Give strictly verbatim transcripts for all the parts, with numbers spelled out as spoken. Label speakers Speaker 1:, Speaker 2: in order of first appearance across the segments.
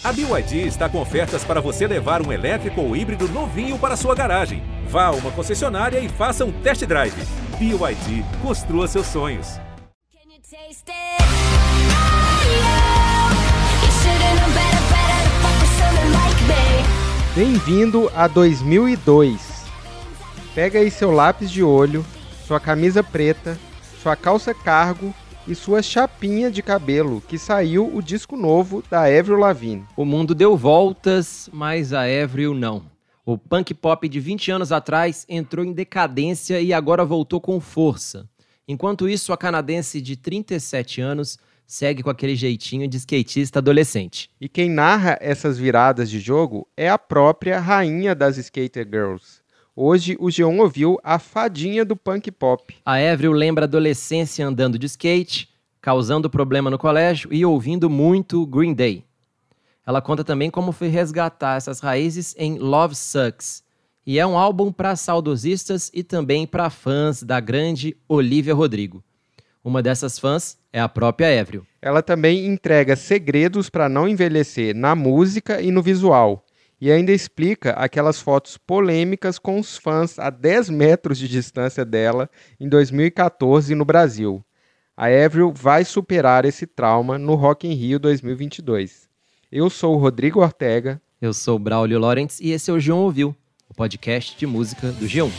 Speaker 1: A B Y D está com ofertas para você levar um elétrico ou híbrido novinho para sua garagem. Vá a uma concessionária e faça um test drive. B Y D, construa seus sonhos.
Speaker 2: Bem-vindo a dois mil e dois. Pega aí seu lápis de olho, sua camisa preta, sua calça cargo e sua chapinha de cabelo, que saiu o disco novo da Avril Lavigne.
Speaker 3: O mundo deu voltas, mas a Avril não. O punk pop de vinte anos atrás entrou em decadência e agora voltou com força. Enquanto isso, a canadense de trinta e sete anos segue com aquele jeitinho de skatista adolescente.
Speaker 2: E quem narra essas viradas de jogo é a própria rainha das Skater Girls. Hoje o G um ouviu a fadinha do punk pop.
Speaker 3: A Avril lembra a adolescência andando de skate, causando problema no colégio e ouvindo muito Green Day. Ela conta também como foi resgatar essas raízes em Love Sucks. E é um álbum para saudosistas e também para fãs da grande Olivia Rodrigo. Uma dessas fãs é a própria Avril.
Speaker 2: Ela também entrega segredos para não envelhecer na música e no visual. E ainda explica aquelas fotos polêmicas com os fãs a dez metros de distância dela em dois mil e catorze no Brasil. A Avril vai superar esse trauma no Rock in Rio dois mil e vinte e dois. Eu sou o Rodrigo Ortega.
Speaker 3: Eu sou o Braulio Lawrence e esse é o G um Ouviu, o podcast de música do G um.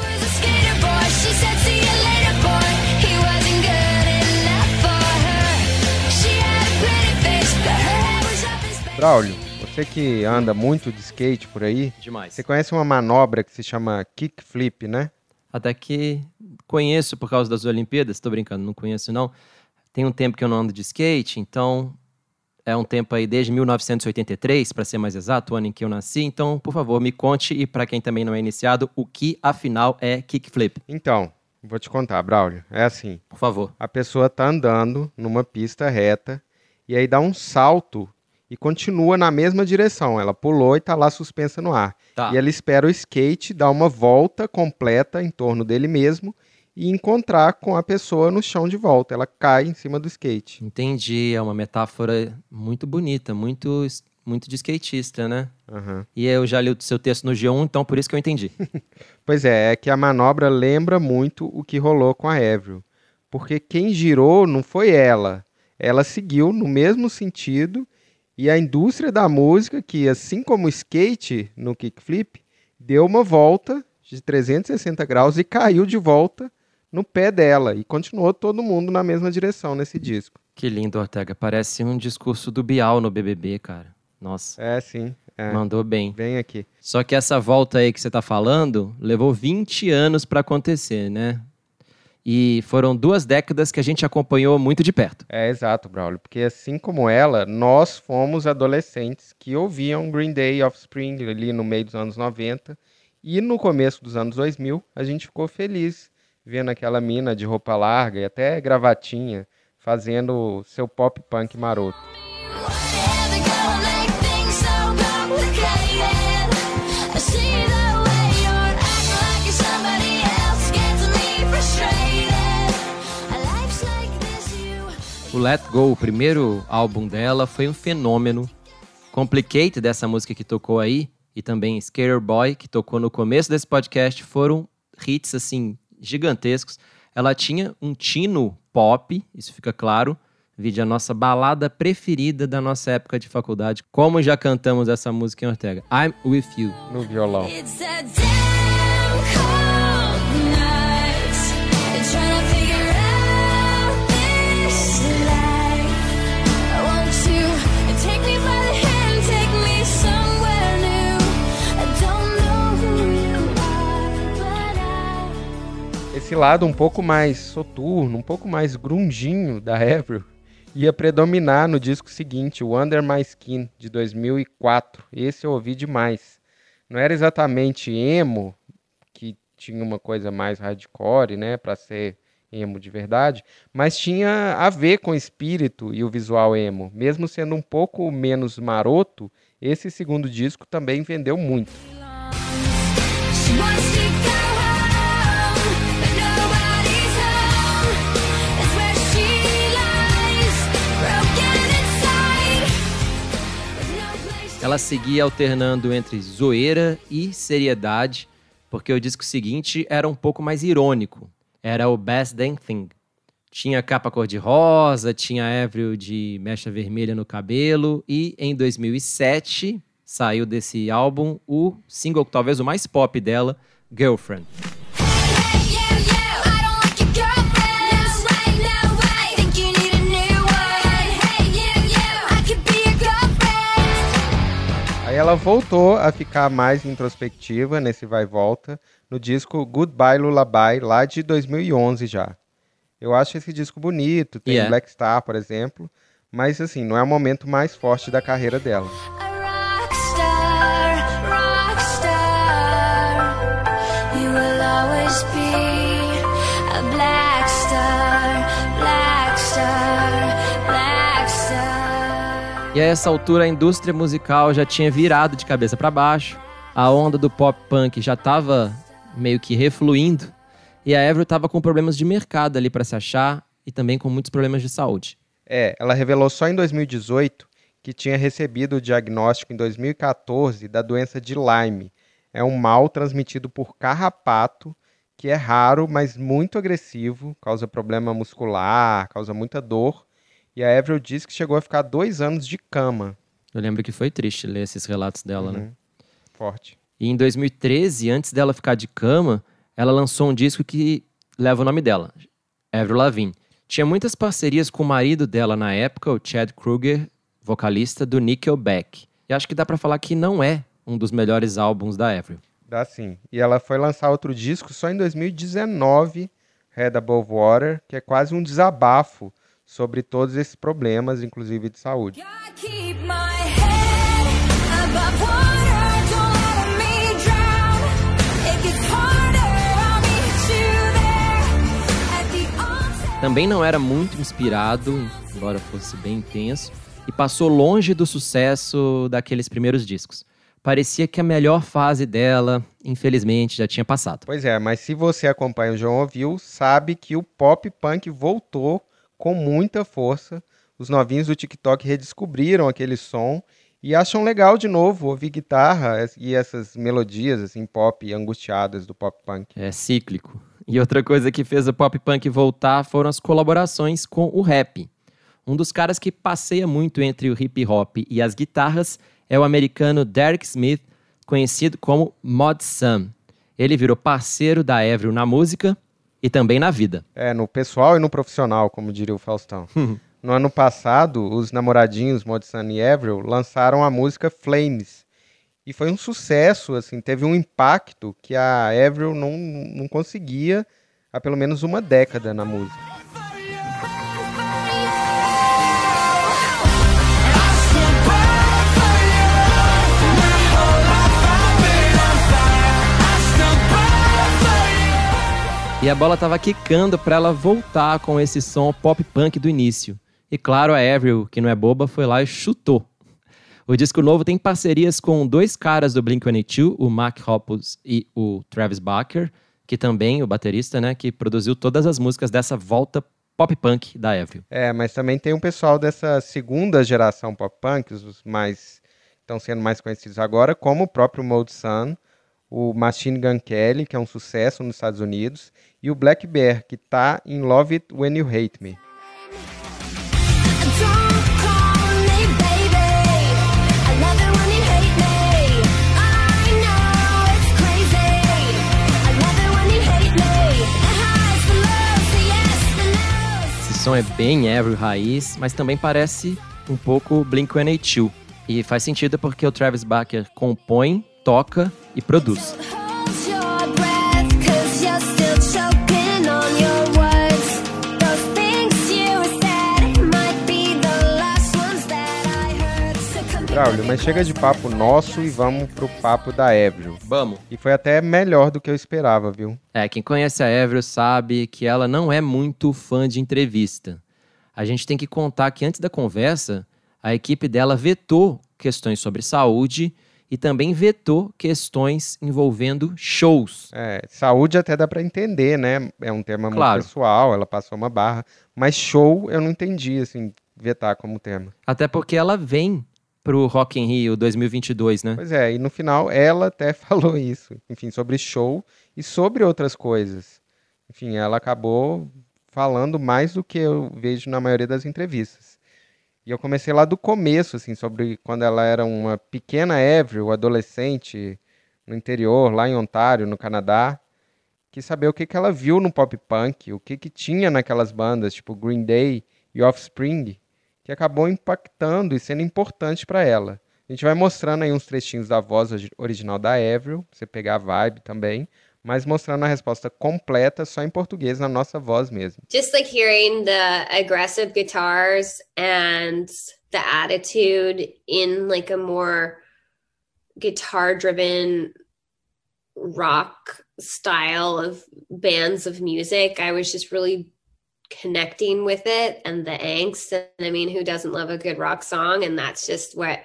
Speaker 2: Braulio, você que anda muito de skate por aí,
Speaker 3: Demais.
Speaker 2: Você conhece uma manobra que se chama kickflip, né?
Speaker 3: Até que conheço por causa das Olimpíadas, tô brincando, não conheço não. Tem um tempo que eu não ando de skate, então é um tempo aí desde mil novecentos e oitenta e três, para ser mais exato, o ano em que eu nasci. Então, por favor, me conte, e para quem também não é iniciado, o que afinal é kickflip.
Speaker 2: Então, vou te contar, Braulio. É assim,
Speaker 3: Por favor.
Speaker 2: a pessoa tá andando numa pista reta e aí dá um salto e continua na mesma direção. Ela pulou e tá lá suspensa no ar.
Speaker 3: Tá.
Speaker 2: E ela espera o skate dar uma volta completa em torno dele mesmo e encontrar com a pessoa no chão de volta. Ela cai em cima do skate.
Speaker 3: Entendi, é uma metáfora muito bonita, muito, muito de skatista, né?
Speaker 2: Uhum.
Speaker 3: E eu já li o seu texto no G um, então por isso que eu entendi.
Speaker 2: Pois é, é que a manobra lembra muito o que rolou com a Avril. Porque quem girou não foi ela. Ela seguiu no mesmo sentido e a indústria da música, que assim como o skate no kickflip, deu uma volta de trezentos e sessenta graus e caiu de volta no pé dela. E continuou todo mundo na mesma direção nesse disco.
Speaker 3: Que lindo, Ortega. Parece um discurso do Bial no B B B, cara. Nossa,
Speaker 2: É, sim. É.
Speaker 3: mandou bem.
Speaker 2: Vem aqui.
Speaker 3: Só que essa volta aí que você tá falando levou vinte anos pra acontecer, né? E foram duas décadas que a gente acompanhou muito de perto.
Speaker 2: É, exato, Braulio. Porque assim como ela, nós fomos adolescentes que ouviam Green Day, Offspring ali no meio dos anos noventa. E no começo dos anos dois mil, a gente ficou feliz vendo aquela mina de roupa larga e até gravatinha fazendo seu pop punk maroto.
Speaker 3: O Let Go, o primeiro álbum dela, foi um fenômeno. Complicated, dessa música que tocou aí, e também Skater Boy, que tocou no começo desse podcast, foram hits, assim, gigantescos. Ela tinha um tino pop, isso fica claro, vídeo a nossa balada preferida da nossa época de faculdade. Como já cantamos essa música em Ortega? I'm With You.
Speaker 2: No violão.
Speaker 4: It's a damn cold night. I'm trying to figure out this life. I want you to take me by the hand, take me somewhere new. I don't know who you are, but I...
Speaker 2: Esse lado um pouco mais soturno, um pouco mais grunginho da Avril ia predominar no disco seguinte, o Under My Skin, de dois mil e quatro. Esse eu ouvi demais. Não era exatamente emo, que tinha uma coisa mais hardcore, né, para ser emo de verdade, mas tinha a ver com o espírito e o visual emo. Mesmo sendo um pouco menos maroto, esse segundo disco também vendeu muito.
Speaker 4: She wants to go home, but nobody's home. That's where she lies, broken inside, with no
Speaker 3: ela seguia alternando entre zoeira e seriedade, porque o disco seguinte era um pouco mais irônico. Era o Best Damn Thing. Tinha capa cor-de-rosa, tinha Avril de mecha vermelha no cabelo, e em dois mil e sete saiu desse álbum o single, talvez o mais pop dela, Girlfriend.
Speaker 2: Aí ela voltou a ficar mais introspectiva nesse vai e volta no disco Goodbye Lullaby, lá de dois mil e onze já. Eu acho esse disco bonito, tem
Speaker 3: Yeah.
Speaker 2: Black Star, por exemplo, mas assim, não é o momento mais forte da carreira dela.
Speaker 4: A rockstar, rockstar. You will always be a black star, black star, black star.
Speaker 3: E a essa altura a indústria musical já tinha virado de cabeça para baixo, a onda do pop punk já estava meio que refluindo, e a Avril estava com problemas de mercado ali para se achar e também com muitos problemas de saúde.
Speaker 2: É, ela revelou só em dois mil e dezoito que tinha recebido o diagnóstico em dois mil e quatorze da doença de Lyme. É um mal transmitido por carrapato, que é raro, mas muito agressivo, causa problema muscular, causa muita dor. E a Avril disse que chegou a ficar dois anos de cama.
Speaker 3: Eu lembro que foi triste ler esses relatos dela, né?
Speaker 2: Uhum. Forte.
Speaker 3: E em dois mil e treze, antes dela ficar de cama, ela lançou um disco que leva o nome dela, Avril Lavigne. Tinha muitas parcerias com o marido dela na época, o Chad Kroeger, vocalista do Nickelback. E acho que dá pra falar que não é um dos melhores álbuns da Avril.
Speaker 2: Dá sim. E ela foi lançar outro disco só em dois mil e dezenove, Head Above Water, que é quase um desabafo sobre todos esses problemas, inclusive de saúde.
Speaker 4: Gotta keep my head above water, don't let me drown. It gets harder, I'll meet you there at the onset.
Speaker 3: Também não era muito inspirado, embora fosse bem intenso, e passou longe do sucesso daqueles primeiros discos. Parecia que a melhor fase dela, infelizmente, já tinha passado.
Speaker 2: Pois é, mas se você acompanha o João Ouviu, sabe que o pop punk voltou com muita força. Os novinhos do TikTok redescobriram aquele som e acham legal de novo ouvir guitarra e essas melodias assim pop angustiadas do pop punk.
Speaker 3: É cíclico. E outra coisa que fez o pop punk voltar foram as colaborações com o rap. Um dos caras que passeia muito entre o hip hop e as guitarras é o americano Derek Smith, conhecido como Mod Sam. Ele virou parceiro da Avril na música e também na vida.
Speaker 2: É, no pessoal e no profissional, como diria o Faustão. No ano passado, os namoradinhos Mod Sam e Avril lançaram a música Flames. E foi um sucesso, assim, teve um impacto que a Avril não, não conseguia há pelo menos uma década na música.
Speaker 3: E a bola tava quicando pra ela voltar com esse som pop punk do início. E claro, a Avril, que não é boba, foi lá e chutou. O disco novo tem parcerias com dois caras do Blink one eighty-two, o Mark Hoppus e o Travis Barker, que também, o baterista, né, que produziu todas as músicas dessa volta pop punk da Avril.
Speaker 2: É, mas também tem um pessoal dessa segunda geração pop punk, os mais estão sendo mais conhecidos agora, como o próprio Mod Sam, o Machine Gun Kelly, que é um sucesso nos Estados Unidos, e o Black Bear, que tá em Love It When You Hate Me.
Speaker 4: Don't call me baby. I love it when you hate me. I know it's crazy. I love it when you hate me. The highs, the lows, the yes, the no's.
Speaker 3: Esse som é bem Avril raiz, mas também parece um pouco Blink one eighty-two. E faz sentido porque o Travis Barker compõe, toca e produz.
Speaker 4: Hold your breath, 'cause you're still choking on your words. Those things you said might be the last ones that I heard. So come
Speaker 2: Braulio, mas chega de papo nosso e vamos pro papo da Avril.
Speaker 3: Vamos!
Speaker 2: E foi até melhor do que eu esperava, viu?
Speaker 3: É, quem conhece a Avril sabe que ela não é muito fã de entrevista. A gente tem que contar que antes da conversa, a equipe dela vetou questões sobre saúde e também vetou questões envolvendo shows.
Speaker 2: É, saúde até dá pra entender, né? É um tema
Speaker 3: Claro.
Speaker 2: muito pessoal, ela passou uma barra. Mas show eu não entendi, assim, vetar como tema.
Speaker 3: Até porque ela vem pro Rock in Rio dois mil e vinte e dois, né?
Speaker 2: Pois é, e no final ela até falou isso, enfim, sobre show e sobre outras coisas. Enfim, ela acabou falando mais do que eu vejo na maioria das entrevistas. E eu comecei lá do começo, assim, sobre quando ela era uma pequena Avril, adolescente, no interior, lá em Ontário, no Canadá. Quis saber o que que ela viu no pop punk, o que que tinha naquelas bandas, tipo Green Day e Offspring, que acabou impactando e sendo importante para ela. A gente vai mostrando aí uns trechinhos da voz ori- original da Avril, pra você pegar a vibe também, mas mostrando a resposta completa só em português, na nossa voz mesmo.
Speaker 5: Just like hearing the aggressive guitars and the attitude in like a more guitar driven rock style of bands of music, I was just really connecting with it and the angst. And I mean, who doesn't love a good rock song? And that's just what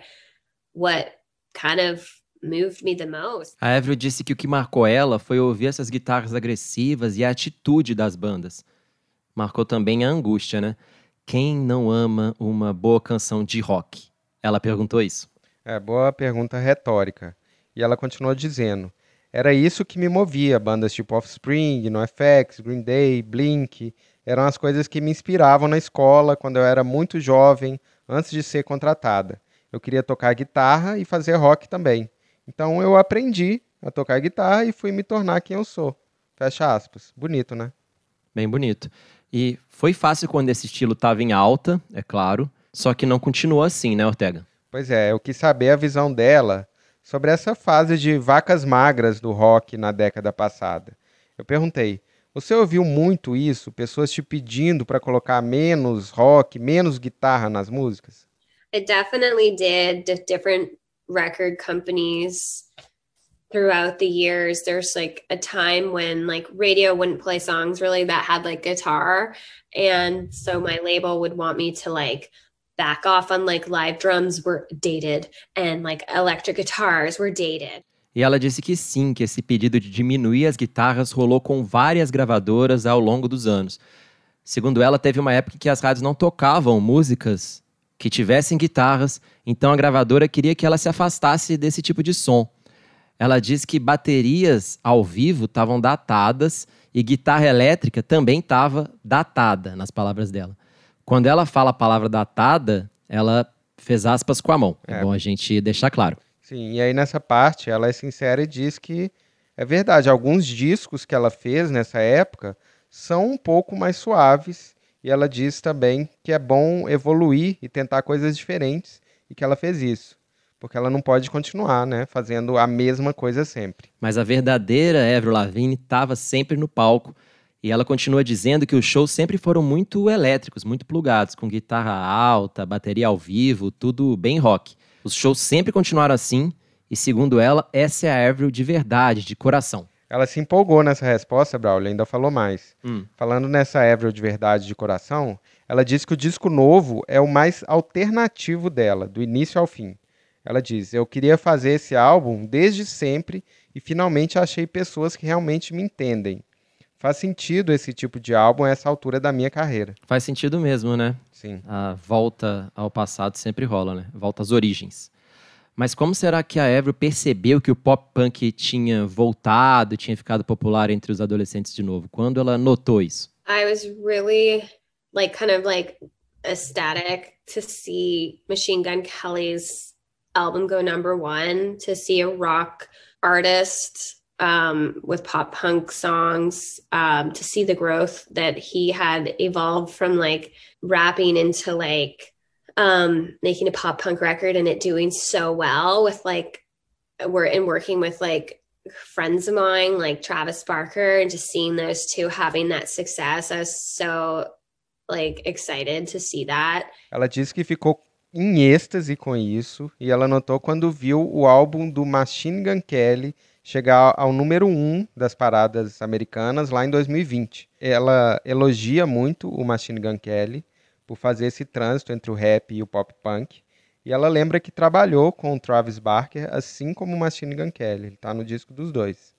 Speaker 5: what kind of moved me the most.
Speaker 3: A Avril disse que o que marcou ela foi ouvir essas guitarras agressivas e a atitude das bandas. Marcou também a angústia, né? Quem não ama uma boa canção de rock? Ela perguntou isso.
Speaker 2: É, boa pergunta retórica. E ela continuou dizendo: era isso que me movia, bandas tipo Offspring, NoFX, Green Day, Blink, eram as coisas que me inspiravam na escola quando eu era muito jovem, antes de ser contratada. Eu queria tocar guitarra e fazer rock também. Então eu aprendi a tocar guitarra e fui me tornar quem eu sou. Fecha aspas. Bonito, né?
Speaker 3: Bem bonito. E foi fácil quando esse estilo estava em alta, é claro, só que não continuou assim, né, Ortega?
Speaker 2: Pois é, eu quis saber a visão dela sobre essa fase de vacas magras do rock na década passada. Eu perguntei: você ouviu muito isso? Pessoas te pedindo para colocar menos rock, menos guitarra nas músicas?
Speaker 5: It definitely did. The different record companies throughout the years, there's like a time when like radio wouldn't play songs really that had like guitar, and so my label would want me to like back off on like live drums were dated and like electric guitars were dated.
Speaker 3: E ela disse que sim, que esse pedido de diminuir as guitarras rolou com várias gravadoras ao longo dos anos. Segundo ela, teve uma época que as rádios não tocavam músicas que tivessem guitarras, então a gravadora queria que ela se afastasse desse tipo de som. Ela diz que baterias ao vivo estavam datadas e guitarra elétrica também estava datada, nas palavras dela. Quando ela fala a palavra datada, ela fez aspas com a mão. É, é bom a gente deixar claro.
Speaker 2: Sim, e aí nessa parte ela é sincera e diz que é verdade, alguns discos que ela fez nessa época são um pouco mais suaves, e ela diz também que é bom evoluir e tentar coisas diferentes, e que ela fez isso. Porque ela não pode continuar, né, fazendo a mesma coisa sempre.
Speaker 3: Mas a verdadeira Avril Lavigne estava sempre no palco, e ela continua dizendo que os shows sempre foram muito elétricos, muito plugados, com guitarra alta, bateria ao vivo, tudo bem rock. Os shows sempre continuaram assim, e segundo ela, essa é a Avril de verdade, de coração.
Speaker 2: Ela se empolgou nessa resposta, Braulio, ainda falou mais.
Speaker 3: Hum.
Speaker 2: Falando nessa Avril de verdade, de coração, ela disse que o disco novo é o mais alternativo dela, do início ao fim. Ela diz: eu queria fazer esse álbum desde sempre e finalmente achei pessoas que realmente me entendem. Faz sentido esse tipo de álbum a essa altura da minha carreira.
Speaker 3: Faz sentido mesmo, né?
Speaker 2: Sim.
Speaker 3: A volta ao passado sempre rola, né? Volta às origens. Mas como será que a Avril percebeu que o pop punk tinha voltado, tinha ficado popular entre os adolescentes de novo? Quando ela notou isso?
Speaker 5: I was really like kind of like ecstatic to see Machine Gun Kelly's album go number one, to see a rock artist um, with pop punk songs, um, to see the growth that he had evolved from like rapping into like um, making a pop punk record and it doing so well with like, we're and working with like friends of mine, like Travis Barker, and just seeing those two having that success. I was so like excited to see that.
Speaker 2: Ela disse que ficou em êxtase com isso, e ela notou quando viu o álbum do Machine Gun Kelly chegar ao número um das paradas americanas lá em dois mil e vinte. Ela elogia muito o Machine Gun Kelly por fazer esse trânsito entre o rap e o pop punk, e ela lembra que trabalhou com o Travis Barker, assim como o Machine Gun Kelly. Ele está no disco dos dois.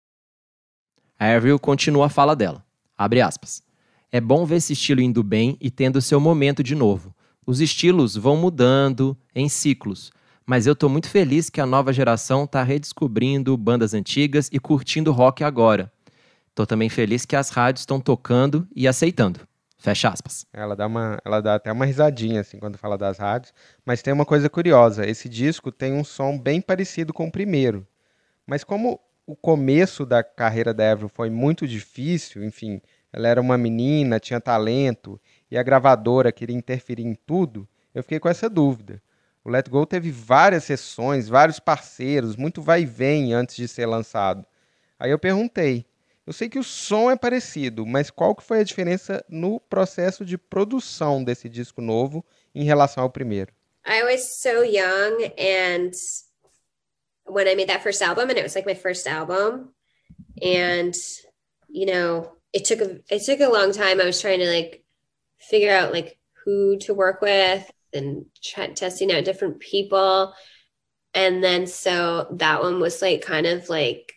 Speaker 3: A Avril continua a fala dela. Abre aspas. É bom ver esse estilo indo bem e tendo seu momento de novo. Os estilos vão mudando em ciclos, mas eu tô muito feliz que a nova geração tá redescobrindo bandas antigas e curtindo rock agora. Tô também feliz que as rádios estão tocando e aceitando. Fecha aspas.
Speaker 2: Ela dá uma, ela dá até uma risadinha assim quando fala das rádios, mas tem uma coisa curiosa, esse disco tem um som bem parecido com o primeiro. Mas como o começo da carreira da Avril foi muito difícil, enfim, ela era uma menina, tinha talento, e a gravadora queria interferir em tudo, eu fiquei com essa dúvida. O Let Go teve várias sessões, vários parceiros, muito vai e vem antes de ser lançado. Aí eu perguntei, eu sei que o som é parecido, mas qual que foi a diferença no processo de produção desse disco novo em relação ao primeiro?
Speaker 5: I was so young, and when I made that first album, and it was like my first album, and you know, it took a it took a long time. I was trying to like figure out like who to work with and try, testing out different people, and then so that one was like kind of like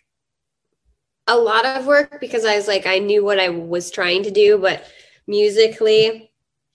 Speaker 5: a lot of work because I was like I knew what I was trying to do, but musically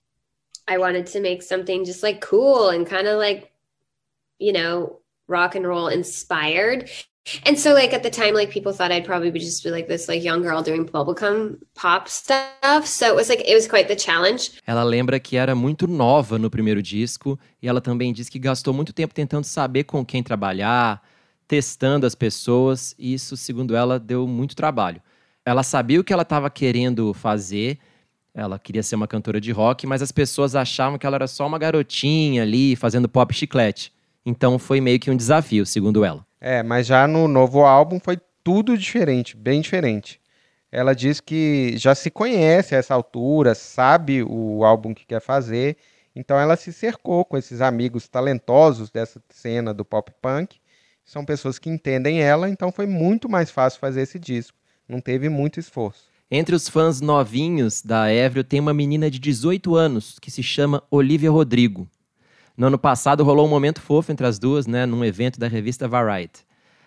Speaker 5: I wanted to make something just like cool and kind of like, you know, rock and roll inspired. And so like at the time, like people thought I'd probably be just be like this like young girl doing bubblegum pop stuff. So it was like, it was quite the challenge.
Speaker 3: Ela lembra que era muito nova no primeiro disco e ela também diz que gastou muito tempo tentando saber com quem trabalhar, testando as pessoas, e isso, segundo ela, deu muito trabalho. Ela sabia o que ela estava querendo fazer, ela queria ser uma cantora de rock, mas as pessoas achavam que ela era só uma garotinha ali fazendo pop chiclete. Então foi meio que um desafio, segundo ela.
Speaker 2: É, mas já no novo álbum foi tudo diferente, bem diferente. Ela diz que já se conhece a essa altura, sabe o álbum que quer fazer, então ela se cercou com esses amigos talentosos dessa cena do pop punk. São pessoas que entendem ela, então foi muito mais fácil fazer esse disco. Não teve muito esforço.
Speaker 3: Entre os fãs novinhos da Avril tem uma menina de dezoito anos que se chama Olivia Rodrigo. No ano passado rolou um momento fofo entre as duas, né, num evento da revista Variety.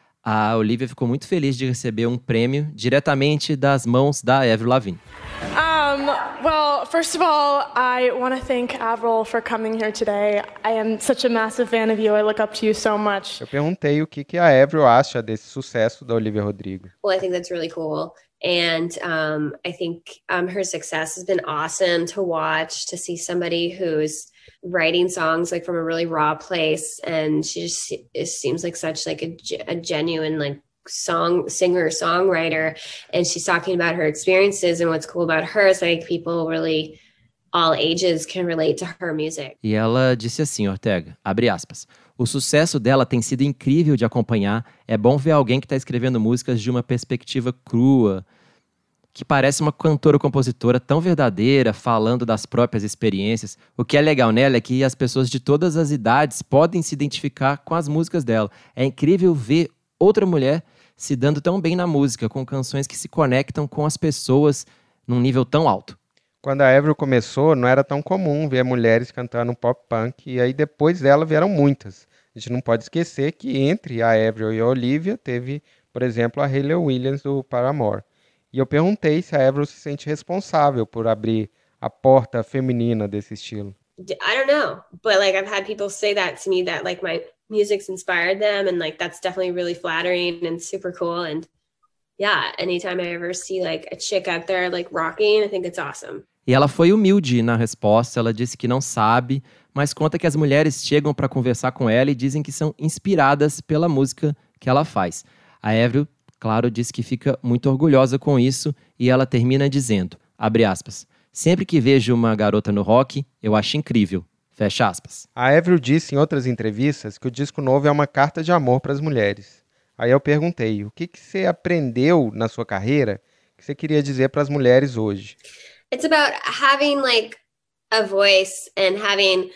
Speaker 3: A Olivia ficou muito feliz de receber um prêmio diretamente das mãos da Avril Lavigne.
Speaker 6: Um, well, first of all, I want to thank Avril for coming here today. I am such a massive fan of you. I look up to you so much.
Speaker 2: Eu perguntei o que, que a Avril acha desse sucesso da Olivia Rodrigo.
Speaker 5: Well, I think that's really cool. And um, I think um, her success has been awesome to watch, to see somebody who's writing songs like from a really raw place, and she just it seems like such like a, a genuine like song singer songwriter, and she's talking about her experiences, and what's cool about her is like people really all ages can relate to her music.
Speaker 3: E ela disse assim, Ortega, abre aspas, o sucesso dela tem sido incrível de acompanhar, é bom ver alguém que está escrevendo músicas de uma perspectiva crua, que parece uma cantora-compositora tão verdadeira, falando das próprias experiências. O que é legal nela é que as pessoas de todas as idades podem se identificar com as músicas dela. É incrível ver outra mulher se dando tão bem na música, com canções que se conectam com as pessoas num nível tão alto.
Speaker 2: Quando a Avril começou, não era tão comum ver mulheres cantando pop punk, e aí depois dela vieram muitas. A gente não pode esquecer que entre a Avril e a Olivia teve, por exemplo, a Hayley Williams do Paramore. E eu perguntei se a Avril se sente responsável por abrir a porta feminina desse estilo.
Speaker 5: I don't know, but like I've had people say that to me, that like my music's inspired them, and like that's definitely really flattering and super cool. And yeah, anytime I ever see like a chick out there like rocking, I think it's awesome.
Speaker 3: E ela foi humilde na resposta, ela disse que não sabe, mas conta que as mulheres chegam para conversar com ela e dizem que são inspiradas pela música que ela faz. A Avril, claro, disse que fica muito orgulhosa com isso e ela termina dizendo, abre aspas, sempre que vejo uma garota no rock, eu acho incrível, fecha aspas.
Speaker 2: A Avril disse em outras entrevistas que o disco novo é uma carta de amor para as mulheres. Aí eu perguntei, o que, que você aprendeu na sua carreira que você queria dizer para as mulheres hoje?
Speaker 5: It's about having like a voice and having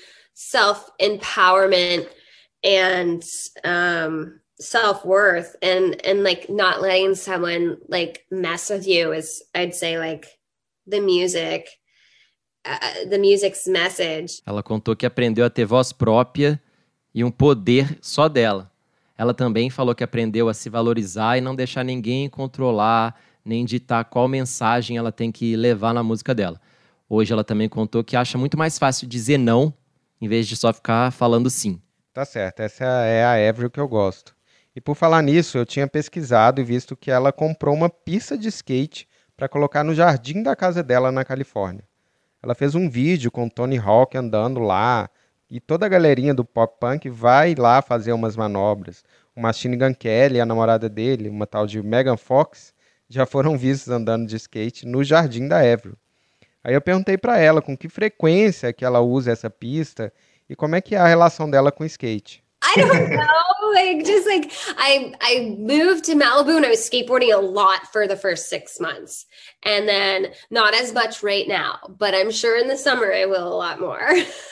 Speaker 5: self-empowerment and um, self-worth, and and like not letting someone like mess with you is, I'd say, like the music, uh, the music's message.
Speaker 3: Ela contou que aprendeu a ter voz própria e um poder só dela. Ela também falou que aprendeu a se valorizar e não deixar ninguém controlar, nem ditar qual mensagem ela tem que levar na música dela. Hoje ela também contou que acha muito mais fácil dizer não em vez de só ficar falando sim.
Speaker 2: Tá certo, essa é a Avril que eu gosto. E por falar nisso, eu tinha pesquisado e visto que ela comprou uma pista de skate para colocar no jardim da casa dela na Califórnia. Ela fez um vídeo com o Tony Hawk andando lá e toda a galerinha do pop punk vai lá fazer umas manobras. O Machine Gun Kelly, a namorada dele, uma tal de Megan Fox, já foram vistos andando de skate no jardim da Avril. Aí eu perguntei para ela com que frequência que ela usa essa pista e como é que é a relação dela com o skate.
Speaker 5: I don't know. Like just like I I moved to Malibu and I was skateboarding a lot for the first six months. And then not as much right now, but I'm sure in the summer I will a lot more.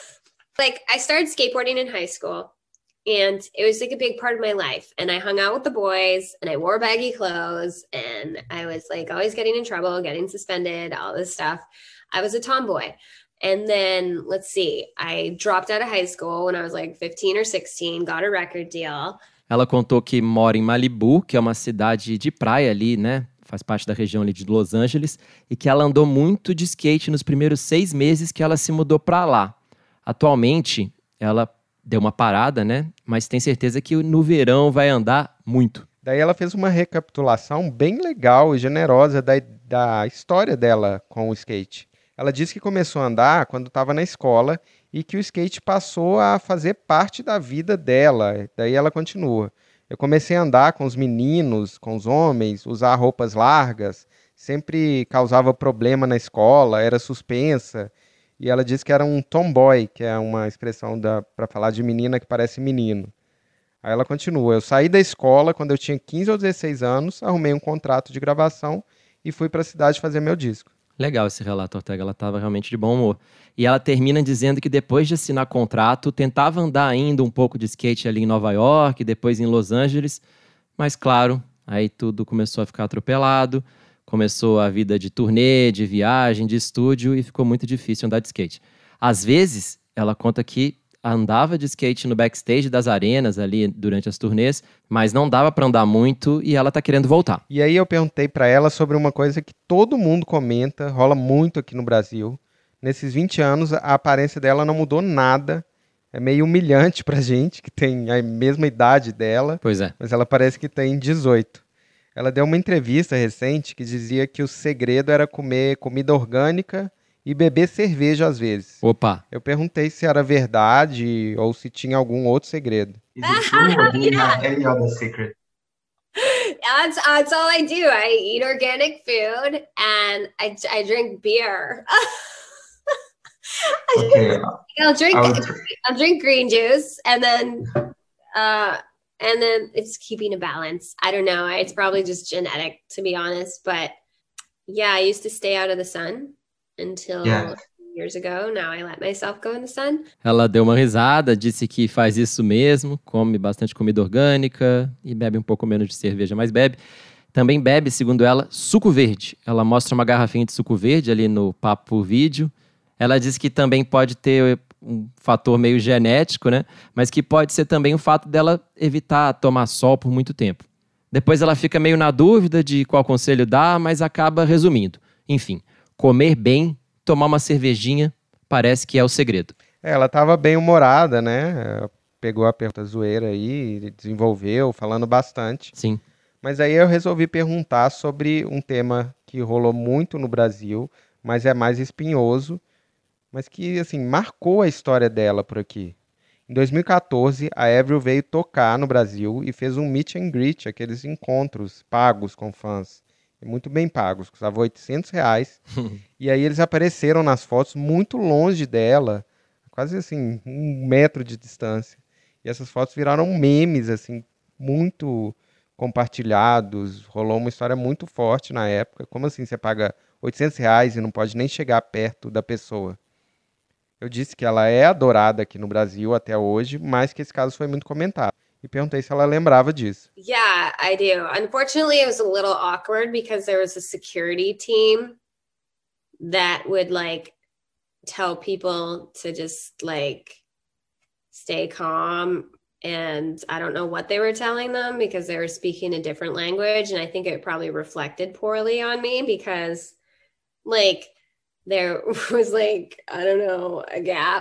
Speaker 5: Like I started skateboarding in high school and it was like a big part of my life. And I hung out with the boys and I wore baggy clothes and I was like always getting in trouble, getting suspended, all this stuff. I was a tomboy. And then, let's see, I dropped out of high school when I was like fifteen or sixteen, got a record deal.
Speaker 3: Ela contou que mora em Malibu, que é uma cidade de praia ali, né? Faz parte da região ali de Los Angeles, e que ela andou muito de skate nos primeiros seis meses que ela se mudou para lá. Atualmente, ela deu uma parada, né? Mas tem certeza que no verão vai andar muito.
Speaker 2: Daí ela fez uma recapitulação bem legal e generosa da, da história dela com o skate. Ela disse que começou a andar quando estava na escola e que o skate passou a fazer parte da vida dela. Daí ela continua. Eu comecei a andar com os meninos, com os homens, usar roupas largas, sempre causava problema na escola, era suspensa. E ela disse que era um tomboy, que é uma expressão para falar de menina que parece menino. Aí ela continua. Eu saí da escola quando eu tinha quinze ou dezesseis anos, arrumei um contrato de gravação e fui para a cidade fazer meu disco.
Speaker 3: Legal esse relato, Ortega. Ela estava realmente de bom humor. E ela termina dizendo que depois de assinar contrato, tentava andar ainda um pouco de skate ali em Nova York, depois em Los Angeles. Mas, claro, aí tudo começou a ficar atropelado. Começou a vida de turnê, de viagem, de estúdio e ficou muito difícil andar de skate. Às vezes, ela conta que andava de skate no backstage das arenas ali durante as turnês, mas não dava para andar muito e ela tá querendo voltar.
Speaker 2: E aí eu perguntei para ela sobre uma coisa que todo mundo comenta, rola muito aqui no Brasil. Nesses vinte anos, a aparência dela não mudou nada. É meio humilhante pra gente, que tem a mesma idade dela.
Speaker 3: Pois é.
Speaker 2: Mas ela parece que tem dezoito. Ela deu uma entrevista recente que dizia que o segredo era comer comida orgânica e beber cerveja às vezes.
Speaker 3: Opa!
Speaker 2: Eu perguntei se era verdade ou se tinha algum outro segredo.
Speaker 7: Is it true or do you have any other secret?
Speaker 5: That's, that's all I do. I eat organic food and I, I drink beer.
Speaker 7: Okay.
Speaker 5: I'll drink
Speaker 7: I would-
Speaker 5: I'll drink green juice and then uh and then it's keeping a balance. I don't know. It's probably just genetic, to be honest. But yeah, I used to stay out of the sun until
Speaker 7: Yeah.
Speaker 5: years ago. Now I let myself go in the sun.
Speaker 3: Ela deu uma risada, disse que faz isso mesmo, come bastante comida orgânica e bebe um pouco menos de cerveja, mas bebe. Também bebe, segundo ela, suco verde. Ela mostra uma garrafinha de suco verde ali no papo por vídeo. Ela diz que também pode ter um fator meio genético, né? Mas que pode ser também o fato dela evitar tomar sol por muito tempo. Depois ela fica meio na dúvida de qual conselho dar, mas acaba resumindo. Enfim, comer bem, tomar uma cervejinha, parece que é o segredo.
Speaker 2: É, ela estava bem humorada, né? Pegou a pergunta zoeira aí, desenvolveu, falando bastante.
Speaker 3: Sim.
Speaker 2: Mas aí eu resolvi perguntar sobre um tema que rolou muito no Brasil, mas é mais espinhoso, mas que, assim, marcou a história dela por aqui. Em dois mil e quatorze, a Avril veio tocar no Brasil e fez um meet and greet, aqueles encontros pagos com fãs, muito bem pagos, custava oitocentos reais. E aí eles apareceram nas fotos muito longe dela, quase assim, um metro de distância. E essas fotos viraram memes, assim, muito compartilhados. Rolou uma história muito forte na época. Como assim você paga oitocentos reais e não pode nem chegar perto da pessoa? Eu disse que ela é adorada aqui no Brasil até hoje, mas que esse caso foi muito comentado. E perguntei se ela lembrava disso.
Speaker 5: Yeah, I do. Unfortunately, it was a little awkward because there was a security team that would like tell people to just like stay calm. And I don't know what they were telling them because they were speaking a different language. And I think it probably reflected poorly on me because like there was like, I don't know, a gap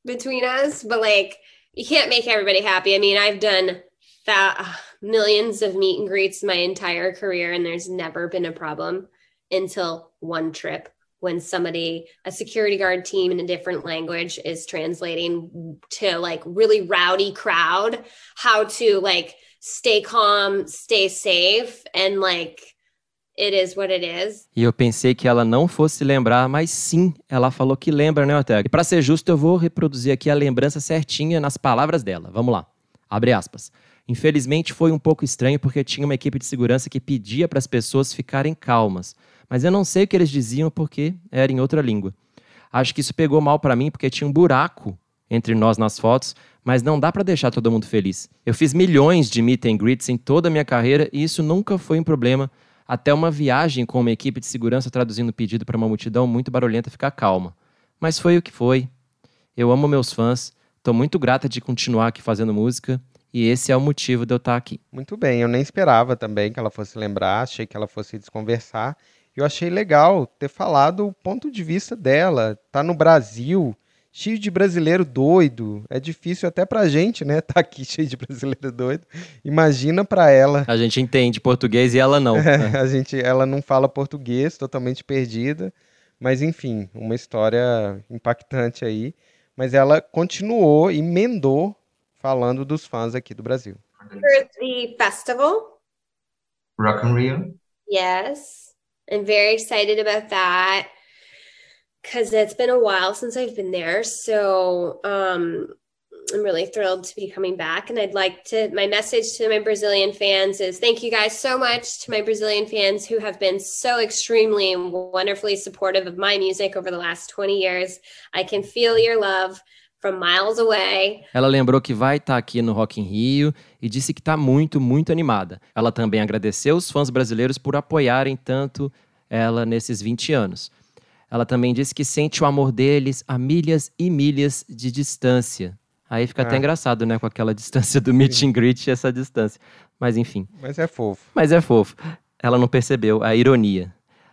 Speaker 5: between us, but like you can't make everybody happy. I mean, I've done that uh, millions of meet and greets my entire career, and there's never been a problem until one trip when somebody, a security guard team in a different language is translating to like really rowdy crowd, how to like stay calm, stay safe, and like it is what it is.
Speaker 3: E eu pensei que ela não fosse lembrar, mas sim, ela falou que lembra, né, Ortega? E pra ser justo, eu vou reproduzir aqui a lembrança certinha nas palavras dela. Vamos lá. Abre aspas. Infelizmente foi um pouco estranho porque tinha uma equipe de segurança que pedia para as pessoas ficarem calmas. Mas eu não sei o que eles diziam porque era em outra língua. Acho que isso pegou mal para mim porque tinha um buraco entre nós nas fotos, mas não dá para deixar todo mundo feliz. Eu fiz milhões de meet and greets em toda a minha carreira e isso nunca foi um problema, até uma viagem com uma equipe de segurança traduzindo o pedido para uma multidão muito barulhenta ficar calma. Mas foi o que foi. Eu amo meus fãs, estou muito grata de continuar aqui fazendo música e esse é o motivo de eu estar aqui.
Speaker 2: Muito bem, eu nem esperava também que ela fosse lembrar, achei que ela fosse desconversar. Eu achei legal ter falado o ponto de vista dela. Tá no Brasil, cheio de brasileiro doido. É difícil até pra gente, né? Tá aqui cheio de brasileiro doido. Imagina pra ela.
Speaker 3: A gente entende português e ela não.
Speaker 2: É, a gente, ela não fala português, totalmente perdida. Mas enfim, uma história impactante aí. Mas ela continuou, emendou, falando dos fãs aqui do Brasil.
Speaker 5: For the festival?
Speaker 7: Rock in Rio?
Speaker 5: Yes. I'm very excited about that because it's been a while since I've been there. So um, I'm really thrilled to be coming back. And I'd like to, my message to my Brazilian fans is thank you guys so much to my Brazilian fans who have been so extremely and wonderfully supportive of my music over the last twenty years. I can feel your love from miles away.
Speaker 3: Ela lembrou que vai estar aqui no Rock in Rio e disse que está muito, muito animada. Ela também agradeceu os fãs brasileiros por apoiarem tanto ela nesses vinte anos. Ela também disse que sente o amor deles a milhas e milhas de distância. Aí fica ah. até engraçado, né? Com aquela distância do meet and greet e essa distância. Mas enfim.
Speaker 2: Mas é fofo.
Speaker 3: Mas é fofo. Ela não percebeu a ironia.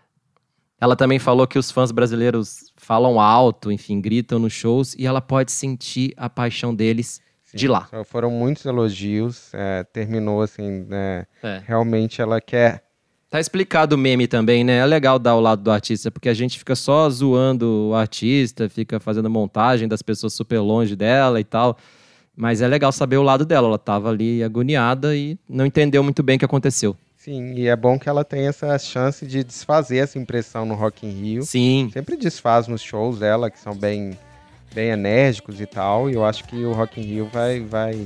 Speaker 3: Ela também falou que os fãs brasileiros falam alto, enfim, gritam nos shows e ela pode sentir a paixão deles Sim, de lá.
Speaker 2: Foram muitos elogios, é, terminou assim, né, é. Realmente ela quer...
Speaker 3: Tá explicado o meme também, né? É legal dar o lado do artista, porque a gente fica só zoando o artista, fica fazendo montagem das pessoas super longe dela e tal, mas é legal saber o lado dela. Ela tava ali agoniada e não entendeu muito bem o que aconteceu.
Speaker 2: Sim, e é bom que ela tenha essa chance de desfazer essa impressão no Rock in Rio.
Speaker 3: Sim.
Speaker 2: Sempre desfaz nos shows dela, que são bem, bem enérgicos e tal, e eu acho que o Rock in Rio vai, vai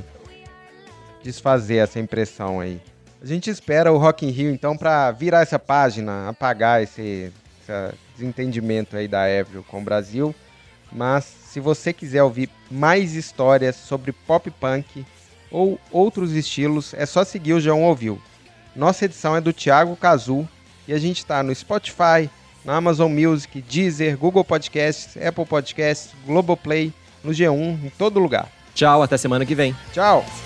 Speaker 2: desfazer essa impressão aí. A gente espera o Rock in Rio, então, para virar essa página, apagar esse, esse desentendimento aí da Avril com o Brasil. Mas, se você quiser ouvir mais histórias sobre pop punk ou outros estilos, é só seguir o João Ouviu. Nossa edição é do Thiago Cazu e a gente está no Spotify, na Amazon Music, Deezer, Google Podcasts, Apple Podcasts, Globoplay, no G um, em todo lugar.
Speaker 3: Tchau, até semana que vem.
Speaker 2: Tchau!